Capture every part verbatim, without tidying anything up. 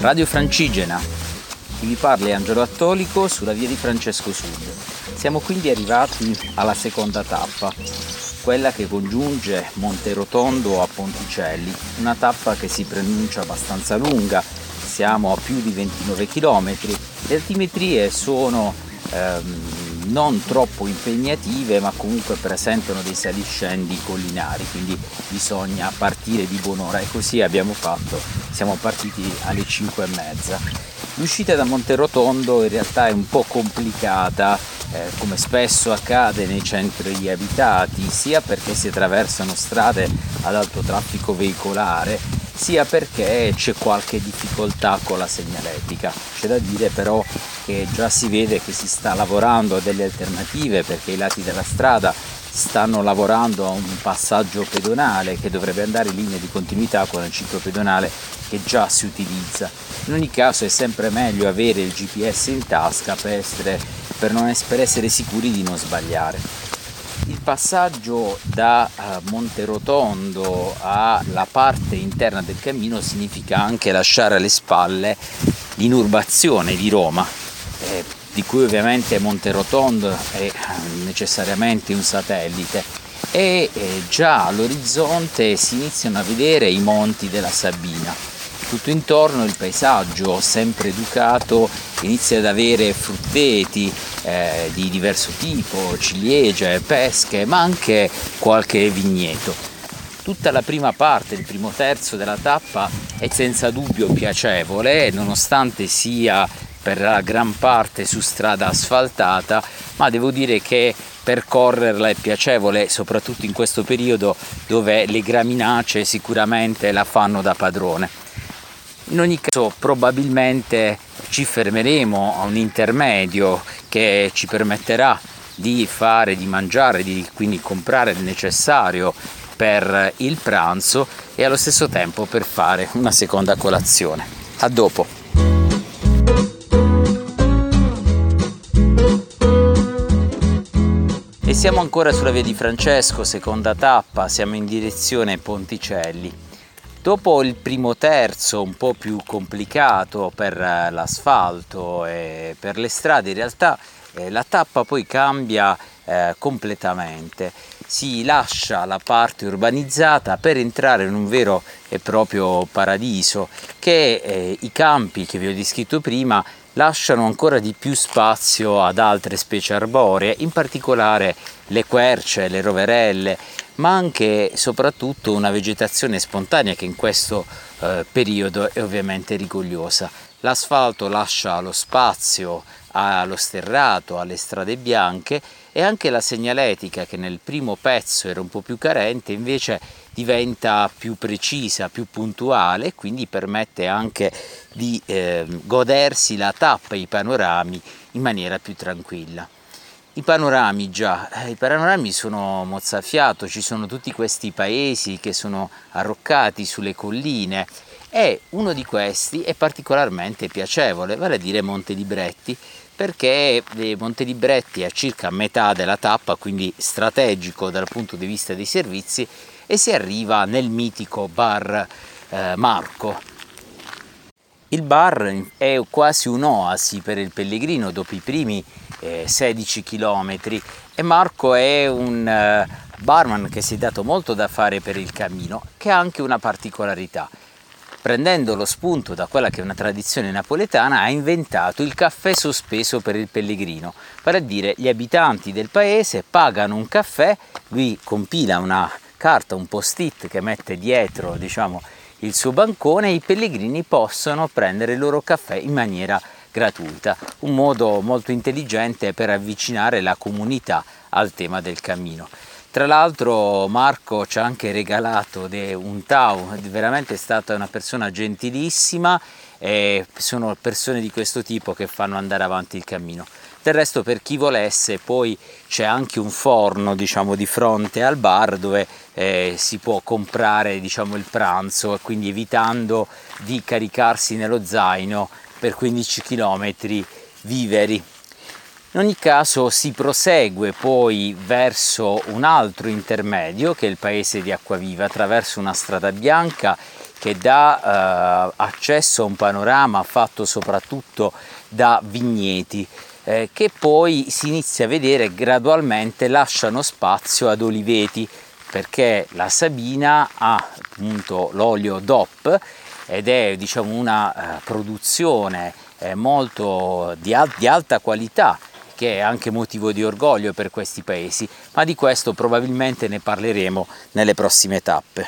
Radio Francigena, chi vi parla è Angelo Attolico sulla via di Francesco Sud. Siamo quindi arrivati alla seconda tappa, quella che congiunge Monterotondo a Ponticelli, una tappa che si preannuncia abbastanza lunga, siamo a più di ventinove chilometri, le altimetrie sono ehm, non troppo impegnative, ma comunque presentano dei saliscendi collinari, quindi bisogna partire di buon'ora e così abbiamo fatto, siamo partiti alle cinque e mezza. L'uscita da Monterotondo in realtà è un po' complicata, eh, come spesso accade nei centri abitati, sia perché si attraversano strade ad alto traffico veicolare, sia perché c'è qualche difficoltà con la segnaletica. C'è da dire però che già si vede che si sta lavorando a delle alternative, perché i lati della strada stanno lavorando a un passaggio pedonale che dovrebbe andare in linea di continuità con il ciclopedonale che già si utilizza. In ogni caso è sempre meglio avere il G P S in tasca per essere, per non essere, per essere sicuri di non sbagliare. Il passaggio da Monterotondo alla parte interna del cammino significa anche lasciare alle spalle l'inurbazione di Roma, eh, di cui ovviamente Monterotondo è necessariamente un satellite, e eh, già all'orizzonte si iniziano a vedere i monti della Sabina. Tutto intorno il paesaggio, sempre educato, inizia ad avere frutteti eh, di diverso tipo, ciliegie, pesche, ma anche qualche vigneto. Tutta la prima parte, il primo terzo della tappa è senza dubbio piacevole, nonostante sia per la gran parte su strada asfaltata, ma devo dire che percorrerla è piacevole, soprattutto in questo periodo dove le graminacee sicuramente la fanno da padrone. In ogni caso probabilmente ci fermeremo a un intermedio che ci permetterà di fare, di mangiare, di quindi comprare il necessario per il pranzo e allo stesso tempo per fare una seconda colazione. A dopo! E siamo ancora sulla via di Francesco, seconda tappa, siamo in direzione Ponticelli. Dopo il primo terzo un po' più complicato per l'asfalto e per le strade, in realtà eh, la tappa poi cambia eh, completamente. Si lascia la parte urbanizzata per entrare in un vero e proprio paradiso che eh, i campi che vi ho descritto prima lasciano ancora di più spazio ad altre specie arboree, in particolare le querce, le roverelle, ma anche e soprattutto una vegetazione spontanea che in questo eh, periodo è ovviamente rigogliosa. L'asfalto lascia lo spazio allo sterrato, alle strade bianche, e anche la segnaletica, che nel primo pezzo era un po' più carente, invece diventa più precisa, più puntuale, e quindi permette anche di eh, godersi la tappa e i panorami in maniera più tranquilla. I panorami già, eh, i panorami sono mozzafiato, ci sono tutti questi paesi che sono arroccati sulle colline, e uno di questi è particolarmente piacevole, vale a dire Monte Libretti, perché Monte Libretti è a circa metà della tappa, quindi strategico dal punto di vista dei servizi, e si arriva nel mitico bar eh, Marco. Il bar è quasi un'oasi per il pellegrino dopo i primi eh, sedici chilometri, e Marco è un eh, barman che si è dato molto da fare per il cammino, che ha anche una particolarità. Prendendo lo spunto da quella che è una tradizione napoletana, ha inventato il caffè sospeso per il pellegrino, vale a dire gli abitanti del paese pagano un caffè, lui compila una carta, un post-it che mette dietro, diciamo, il suo bancone, e i pellegrini possono prendere il loro caffè in maniera gratuita, un modo molto intelligente per avvicinare la comunità al tema del cammino. Tra l'altro Marco ci ha anche regalato un tau, veramente è stata una persona gentilissima, e sono persone di questo tipo che fanno andare avanti il cammino. Del resto, per chi volesse, poi c'è anche un forno, diciamo, di fronte al bar dove eh, si può comprare, diciamo, il pranzo, e quindi evitando di caricarsi nello zaino per quindici chilometri viveri. In ogni caso si prosegue poi verso un altro intermedio che è il paese di Acquaviva, attraverso una strada bianca che dà eh, accesso a un panorama fatto soprattutto da vigneti, eh, che poi si inizia a vedere gradualmente lasciano spazio ad oliveti, perché la Sabina ha appunto l'olio D O P ed è, diciamo, una eh, produzione eh, molto di, al- di alta qualità, che è anche motivo di orgoglio per questi paesi, ma di questo probabilmente ne parleremo nelle prossime tappe.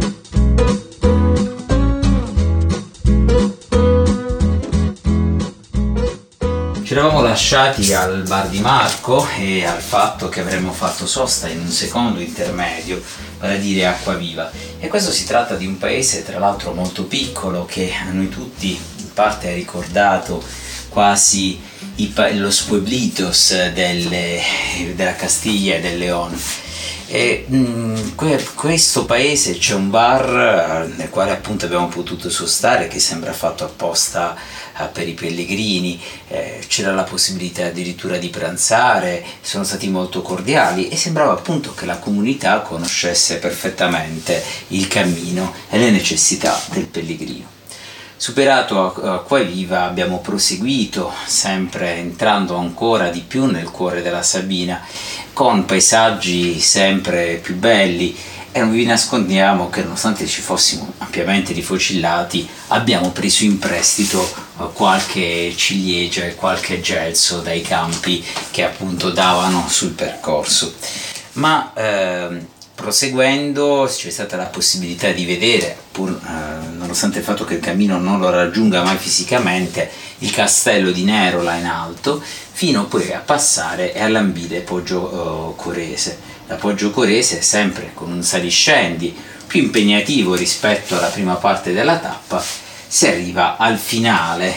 Ci eravamo lasciati al Bar di Marco e al fatto che avremmo fatto sosta in un secondo intermedio, vale a dire Acquaviva. E questo si tratta di un paese tra l'altro molto piccolo, che a noi tutti in parte ha ricordato quasi i, los pueblitos delle, della Castiglia e del León. E in questo paese c'è un bar nel quale appunto abbiamo potuto sostare, che sembra fatto apposta eh, per i pellegrini. Eh, c'era la possibilità addirittura di pranzare, sono stati molto cordiali e sembrava appunto che la comunità conoscesse perfettamente il cammino e le necessità del pellegrino. Superato Acquaviva abbiamo proseguito, sempre entrando ancora di più nel cuore della Sabina, con paesaggi sempre più belli, e non vi nascondiamo che nonostante ci fossimo ampiamente rifocillati abbiamo preso in prestito qualche ciliegia e qualche gelso dai campi che appunto davano sul percorso. Ma ehm, proseguendo c'è stata la possibilità di vedere, pur eh, nonostante il fatto che il cammino non lo raggiunga mai fisicamente, il castello di Nerola in alto, fino poi a passare e a lambire Poggio eh, Corese. Da Poggio Corese, sempre con un saliscendi più impegnativo rispetto alla prima parte della tappa, si arriva al finale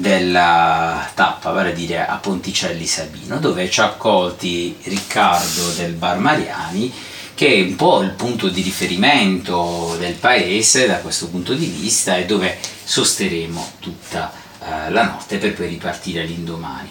della tappa, vale a dire a Ponticelli Sabino, dove ci ha accolti Riccardo del Bar Mariani, che è un po' il punto di riferimento del paese da questo punto di vista, e dove sosteremo tutta eh, la notte per poi ripartire l'indomani.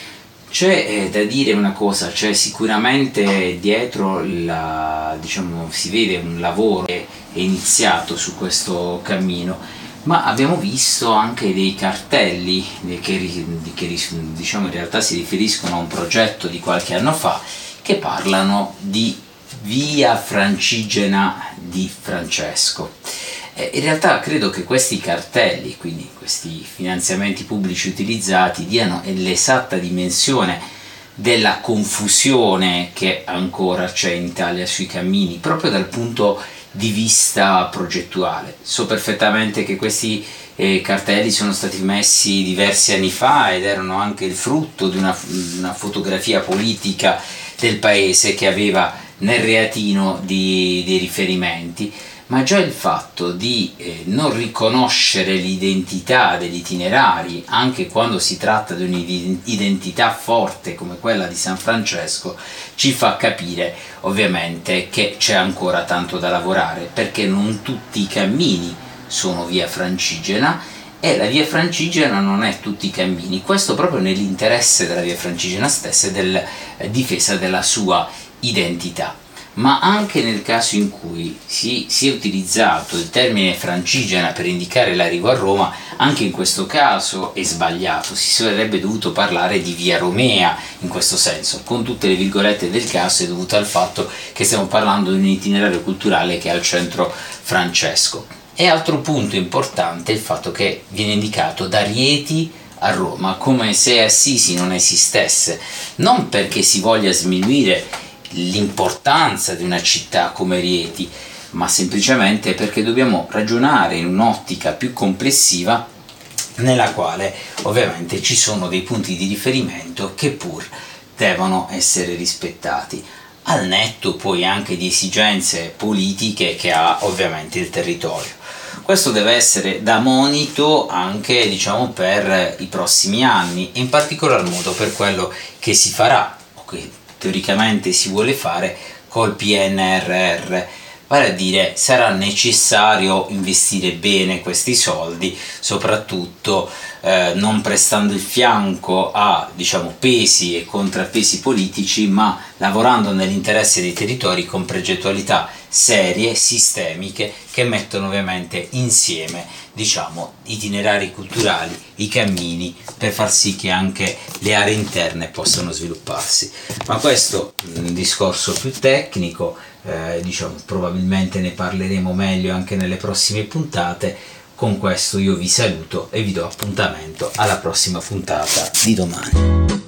C'è eh, da dire una cosa, c'è sicuramente dietro, la, diciamo, si vede un lavoro che è iniziato su questo cammino, ma abbiamo visto anche dei cartelli che, che diciamo in realtà si riferiscono a un progetto di qualche anno fa, che parlano di Via Francigena di Francesco. Eh, in realtà credo che questi cartelli, quindi questi finanziamenti pubblici utilizzati, diano l'esatta dimensione della confusione che ancora c'è in Italia sui cammini, proprio dal punto di vista progettuale. So perfettamente che questi eh, cartelli sono stati messi diversi anni fa ed erano anche il frutto di una, una fotografia politica del paese che aveva nel reatino di, di riferimenti, ma già il fatto di eh, non riconoscere l'identità degli itinerari, anche quando si tratta di un'identità forte come quella di San Francesco, ci fa capire ovviamente che c'è ancora tanto da lavorare, perché non tutti i cammini sono via Francigena, e la via Francigena non è tutti i cammini, questo proprio nell'interesse della via Francigena stessa e della eh, difesa della sua identità. Ma anche nel caso in cui si sia utilizzato il termine Francigena per indicare l'arrivo a Roma, anche in questo caso è sbagliato, si sarebbe dovuto parlare di via Romea in questo senso, con tutte le virgolette del caso, è dovuto al fatto che stiamo parlando di un itinerario culturale che è al centro Francesco. E altro punto importante è il fatto che viene indicato da Rieti a Roma, come se Assisi non esistesse, non perché si voglia sminuire l'importanza di una città come Rieti, ma semplicemente perché dobbiamo ragionare in un'ottica più complessiva, nella quale ovviamente ci sono dei punti di riferimento che pur devono essere rispettati, al netto poi anche di esigenze politiche che ha ovviamente il territorio. Questo deve essere da monito anche, diciamo, per i prossimi anni, e in particolar modo per quello che si farà, o che teoricamente si vuole fare, col P N R R, Vale a dire, sarà necessario investire bene questi soldi, soprattutto eh, non prestando il fianco a, diciamo, pesi e contrappesi politici, ma lavorando nell'interesse dei territori con progettualità serie, sistemiche, che mettono ovviamente insieme, diciamo, itinerari culturali, i cammini, per far sì che anche le aree interne possano svilupparsi. Ma questo è un discorso più tecnico. Eh, diciamo, probabilmente ne parleremo meglio anche nelle prossime puntate. Con questo io vi saluto e vi do appuntamento alla prossima puntata di domani.